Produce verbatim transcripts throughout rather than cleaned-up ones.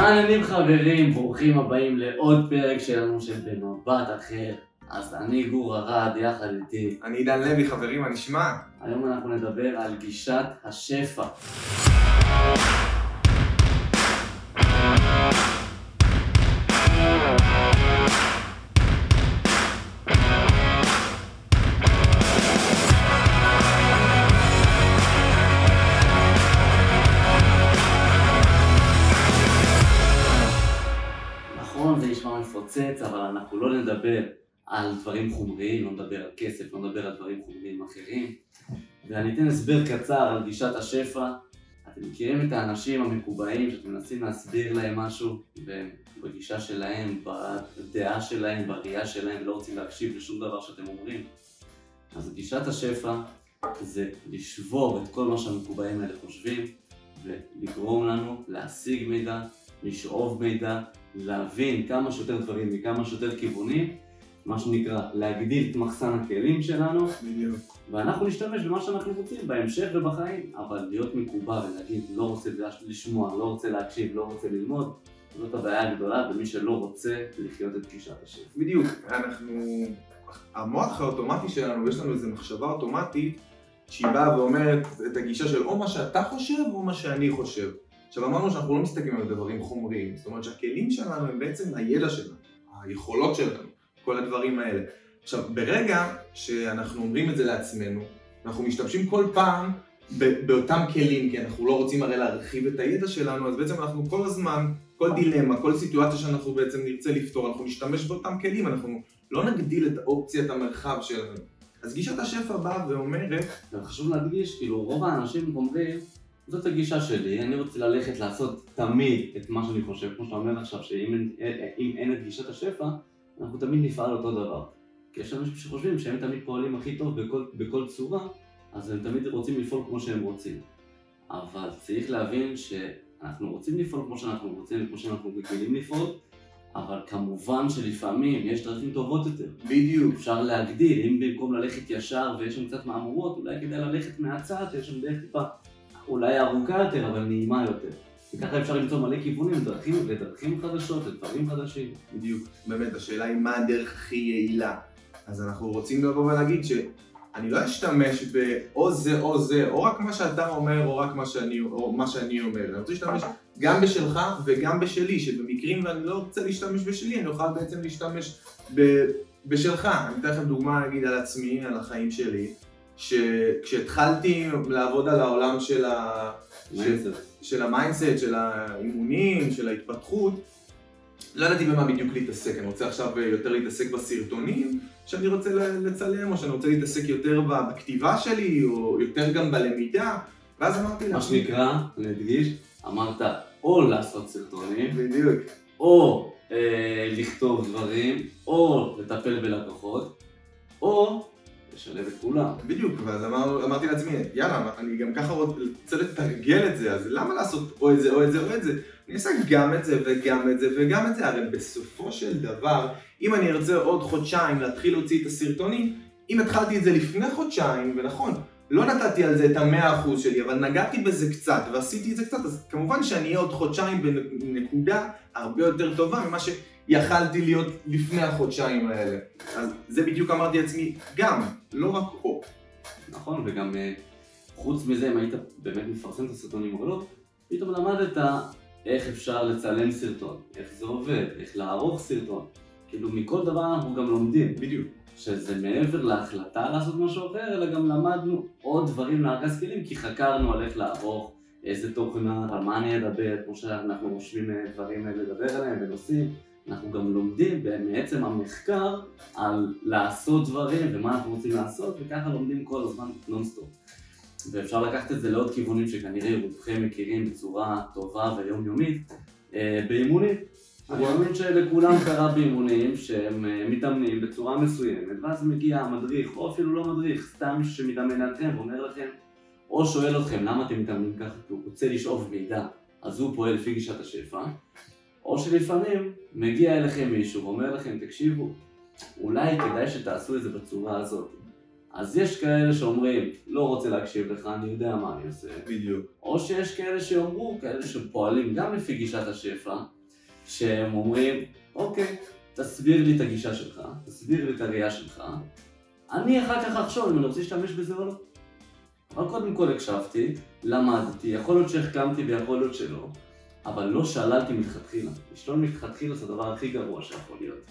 אהלן חברים, ברוכים הבאים לעוד פרק שלנו של במבט אחר. אז אני גור ארד, יחד איתי. אני עידן לוי, חברים, מה נשמע? היום אנחנו נדבר על גישת השפע. נכון, זה נשמע מפוצץ, אבל אנחנו לא נדבר על דברים חומריים, לא נדבר על כסף, לא נדבר על דברים חומריים אחרים. ואני אתן הסבר קצר על גישת השפע. אתם מכירים את האנשים המקובעים שאתם מנסים להסביר להם משהו, ובגישה שלהם, בדעה שלהם, בראייה שלהם, ולא רוצים להקשיב לשום דבר שאתם אומרים. אז גישת השפע זה לשבור את כל מה שהמקובעים האלה חושבים, ולגרום לנו להשיג מידע, לשאוב מידע, להבין כמה שיותר דברים מכמה שיותר כיוונים, מה שנקרא להגדיל את מחסן הכלים שלנו, בדיוק. ואנחנו נשתמש במה שאנחנו רוצים בהמשך ובחיים, אבל להיות מקובע ולהגיד לא רוצה לשמוע, לא רוצה להקשיב, לא רוצה ללמוד, זאת הבעיה הגדולה במי שלא רוצה לחיות את גישת השפע. בדיוק, אנחנו, המוח האוטומטי שלנו, יש לנו איזו מחשבה אוטומטית שהיא באה ואומרת את הגישה של או מה שאתה חושב או מה שאני חושב. עכשיו אמרנו שאנחנו לא מסתכלים על דברים חומריים, זאת אומרת שהכלים שלנו הם בעצם הידע שלנו, היכולות שלנו, כל הדברים האלה. עכשיו ברגע שאנחנו אומרים את זה לעצמנו, אנחנו משתמשים כל פעם באותם כלים, כי אנחנו לא רוצים הרי להרחיב את הידע שלנו, אז בעצם אנחנו כל הזמן, כל דילמה, כל סיטואציה שאנחנו בעצם נרצה לפתור, אנחנו נשתמש באותם כלים, אנחנו לא נגדיל את האופציית המרחב שלנו. אז גישת השפע באה ואומרת, וחשוב להדגיש, כאילו רוב האנשים אומרים, זאת הגישה שלי, אני רוצה ללכת לעשות תמיד את מה שאני חושב, כמו שאתה אומר עכשיו, שאם אין, אם אין את גישת השפע, אנחנו תמיד נפעל אותו דבר. כי יש אנשים שחושבים שהם תמיד פועלים הכי טוב בכל, בכל צורה, אז הם תמיד רוצים לפעול כמו שהם רוצים. אבל צריך להבין שאנחנו רוצים לפעול כמו שאנחנו רוצים, כמו שאנחנו רגילים לפעול, אבל כמובן שלפעמים יש דרכים טובות יותר. בדיוק. אפשר להגדיל, אם במקום ללכת ישר ויש שם קצת מהמורות, אולי כדאי ללכת מהצד, יש שם דרך טיפה אולי ארוכה יותר, אבל נעימה יותר. וככה אפשר למצוא מלא כיוונים לדרכים, לדרכים חדשות, לדברים חדשים. בדיוק. באמת, השאלה היא מה הדרך הכי יעילה. אז אנחנו רוצים לבוא ולהגיד שאני לא אשתמש באו זה או זה, או רק מה שאתה אומר, או רק מה שאני, או מה שאני אומר. אני רוצה להשתמש גם בשלך וגם בשלי, שבמקרים ואני לא רוצה להשתמש בשלי, אני אוכל בעצם להשתמש ב, בשלך. אני אתן לכם דוגמה, נגיד, על עצמי, על החיים שלי. שכשהתחלתי לעבוד על העולם של ה... של המיינדסט, של האימונים, של ההתפתחות, לא ידעתי במה בדיוק להתעסק. אני רוצה עכשיו יותר להתעסק בסרטונים שאני רוצה לצלם, או שאני רוצה להתעסק יותר בכתיבה שלי, או יותר גם בלמידה. ואז אמרתי לה... מה שנקרא, אני אדגיש, אמרת או לעשות סרטונים, בדיוק. או אה, לכתוב דברים, או לטפל בלקוחות, או... לשלב את כולם. בדיוק, ואז אמר, אמרתי לעצמי, יאללה, אני גם ככה רוצה לתרגל את זה, אז למה לעשות או את זה, או את זה, או את זה? אני אעשה גם את זה, וגם את זה, וגם את זה. הרי בסופו של דבר, אם אני ארצה עוד חודשיים להתחיל להוציא את הסרטונים, אם התחלתי את זה לפני חודשיים, ונכון, לא נתתי על זה את המאה אחוז שלי, אבל נגעתי בזה קצת, ועשיתי את זה קצת, אז כמובן שאני אהיה עוד חודשיים בנקודה הרבה יותר טובה ממה שיכלתי להיות לפני החודשיים האלה. אז זה בדיוק אמרתי לעצמי, גם, לא רק או. נכון, וגם חוץ מזה, אם היית באמת מפרסם את הסרטונים או לא, פתאום למדת איך אפשר לצלם סרטון, איך זה עובד, איך לערוך סרטון. כאילו מכל דבר אנחנו גם לומדים. בדיוק. שזה מעבר להחלטה לעשות משהו אחר, אלא גם למדנו עוד דברים לארגז כלים, כי חקרנו על איך לערוך, איזה תוכנה, על מה אני אדבר, כמו שאנחנו רושמים דברים לדבר עליהם ונושאים. אנחנו גם לומדים בעצם המחקר על לעשות דברים ומה אנחנו רוצים לעשות, וככה לומדים כל הזמן נונסטופ. ואפשר לקחת את זה לעוד כיוונים שכנראה רובכם מכירים בצורה טובה ויומיומית, באימונים. אני מאמין שלכולם קרה באימונים שהם מתאמנים בצורה מסוימת, ואז מגיע המדריך, או אפילו לא מדריך, סתם שמתאמן עליכם ואומר לכם, או שואל אתכם למה אתם מתאמנים ככה, כי הוא רוצה לשאוב מידע, אז הוא פועל לפי גישת השפע, או שלפעמים מגיע אליכם מישהו ואומר לכם, תקשיבו, אולי כדאי שתעשו את זה בצורה הזאת. אז יש כאלה שאומרים, לא רוצה להקשיב לך, אני יודע מה אני עושה. בדיוק. או שיש כאלה שאומרו, כאלה שפועלים גם לפי גישת השפע, שהם אומרים, אוקיי, תסביר לי את הגישה שלך, תסביר לי את הראייה שלך, אני אחר כך אחשוב אם אני רוצה להשתמש בזה או לא. אבל קודם כל הקשבתי, למדתי, יכול להיות שהחכמתי ויכול להיות שלא, אבל לא שללתי מלכתחילה. לשלול מלכתחילה זה הדבר הכי גרוע שיכול להיות.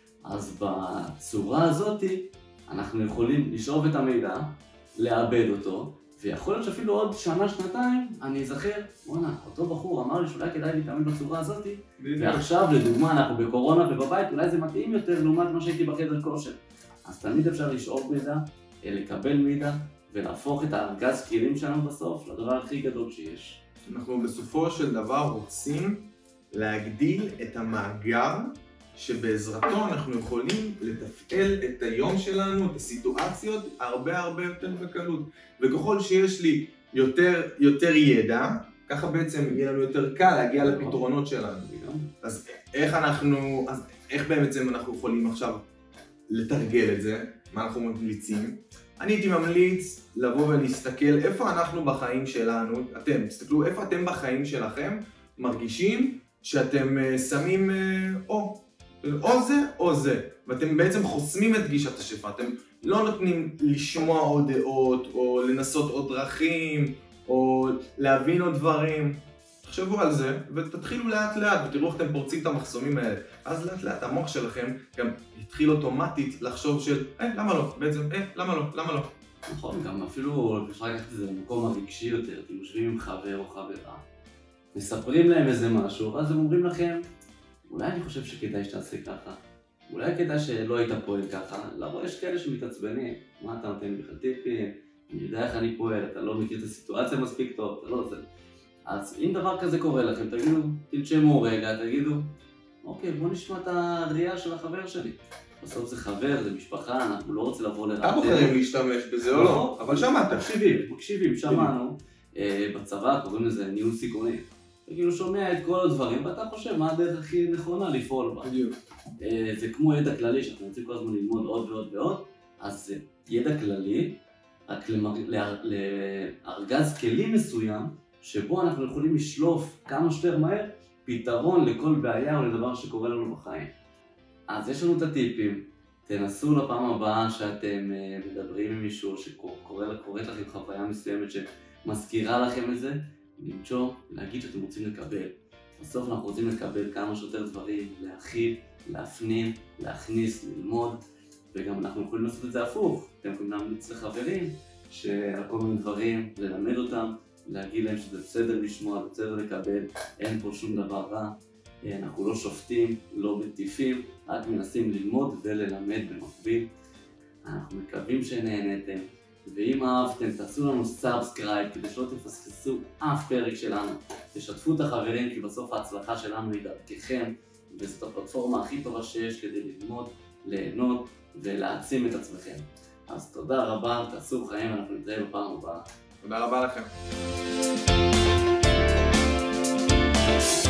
אז בצורה הזאת אנחנו יכולים לשאוב את המידע, לעבד אותו, ויכול להיות שאפילו עוד שנה, שנתיים, אני אזכר, בוא'נה, אותו בחור אמר לי שאולי כדאי להתאמן בצורה הזאת, ועכשיו לדוגמה אנחנו בקורונה ובבית, אולי זה מתאים יותר לעומת מה שהייתי בחדר כושר. אז תמיד אפשר לשאוב מידע, לקבל מידע, ולהפוך את הארגז כלים שלנו בסוף לדבר הכי גדול שיש. אנחנו בסופו של דבר רוצים להגדיל את המאגר שבעזרתו אנחנו יכולים לתפעל את היום שלנו, את הסיטואציות, הרבה הרבה יותר בקלות. וככל שיש לי יותר, יותר ידע, ככה בעצם יהיה לנו יותר קל להגיע לפתרונות שלנו. אז איך אנחנו, אז איך בעצם אנחנו יכולים עכשיו לתרגל את זה? מה אנחנו ממליצים? אני הייתי ממליץ לבוא ולהסתכל איפה אנחנו בחיים שלנו, אתם, תסתכלו איפה אתם בחיים שלכם מרגישים שאתם שמים או, או זה או זה, ואתם בעצם חוסמים את גישת השפע, אתם לא נותנים לשמוע עוד דעות או לנסות עוד דרכים או להבין עוד דברים. תחשבו על זה ותתחילו לאט לאט ותראו איך אתם פורצים את המחסומים האלה. אז לאט לאט המוח שלכם גם יתחיל אוטומטית לחשוב של אה, למה לא? בעצם אה, למה לא? למה לא? נכון, גם אפילו אפשר לקחת את זה למקום הרגשי יותר, אתם יושבים עם חבר או חברה, מספרים להם איזה משהו, ואז הם אומרים לכם, אולי אני חושב שכדאי שתעשה ככה, אולי כדאי שלא היית פועל ככה, למה יש כאלה שמתעצבנים, מה אתה נותן לי בכלל טיפים, אני יודע איך אני פועל, אתה לא מכיר את הסיטואציה מספיק טוב, אתה לא זה. אז אם דבר כזה קורה לכם, תגידו, תנשמו רגע, תגידו, אוקיי, בוא נשמע את הראייה של החבר שלי. בסוף זה חבר, זה משפחה, אנחנו לא רוצים לבוא לרעתנו. אתה בוחרים להשתמש בזה או לא, אבל שמעת. מקשיבים, מקשיבים, שמענו. בצבא קוראים לזה ניהול סיכונים. אתה כאילו שומע את כל הדברים, ואתה חושב מה הדרך הכי נכונה לפעול בה. בדיוק. זה כמו ידע כללי, שאנחנו רוצים כל הזמן ללמוד עוד ועוד ועוד, אז זה ידע כללי, רק לארגז כלים מסוים, שבו אנחנו יכולים לשלוף כמה שיותר מהר פתרון לכל בעיה או לדבר שקורה לנו בחיים. אז יש לנו את הטיפים, תנסו לפעם הבאה שאתם מדברים עם מישהו שקוראת לכם חוויה מסוימת שמזכירה לכם את זה, למצוא, להגיד שאתם רוצים לקבל. בסוף אנחנו רוצים לקבל כמה שיותר דברים, להכיל, להפנים, להכניס, ללמוד, וגם אנחנו יכולים לעשות את זה הפוך. אתם יכולים להמליץ לחברים שעל כל מיני דברים, ללמד אותם, להגיד להם שזה בסדר לשמוע, בסדר לקבל, אין פה שום דבר רע. אנחנו לא שופטים, לא מטיפים, רק מנסים ללמוד וללמד במקביל. אנחנו מקווים שנהנתם, ואם אהבתם תעשו לנו סאבסקרייב כדי שלא תפספסו אף פרק שלנו. תשתפו את החברים כי בסוף ההצלחה שלנו היא דרככם, וזאת הפלטפורמה הכי טובה שיש כדי ללמוד, ליהנות ולהעצים את עצמכם. אז תודה רבה, תעשו חיים, אנחנו נתראה בפעם הבאה. תודה רבה לכם.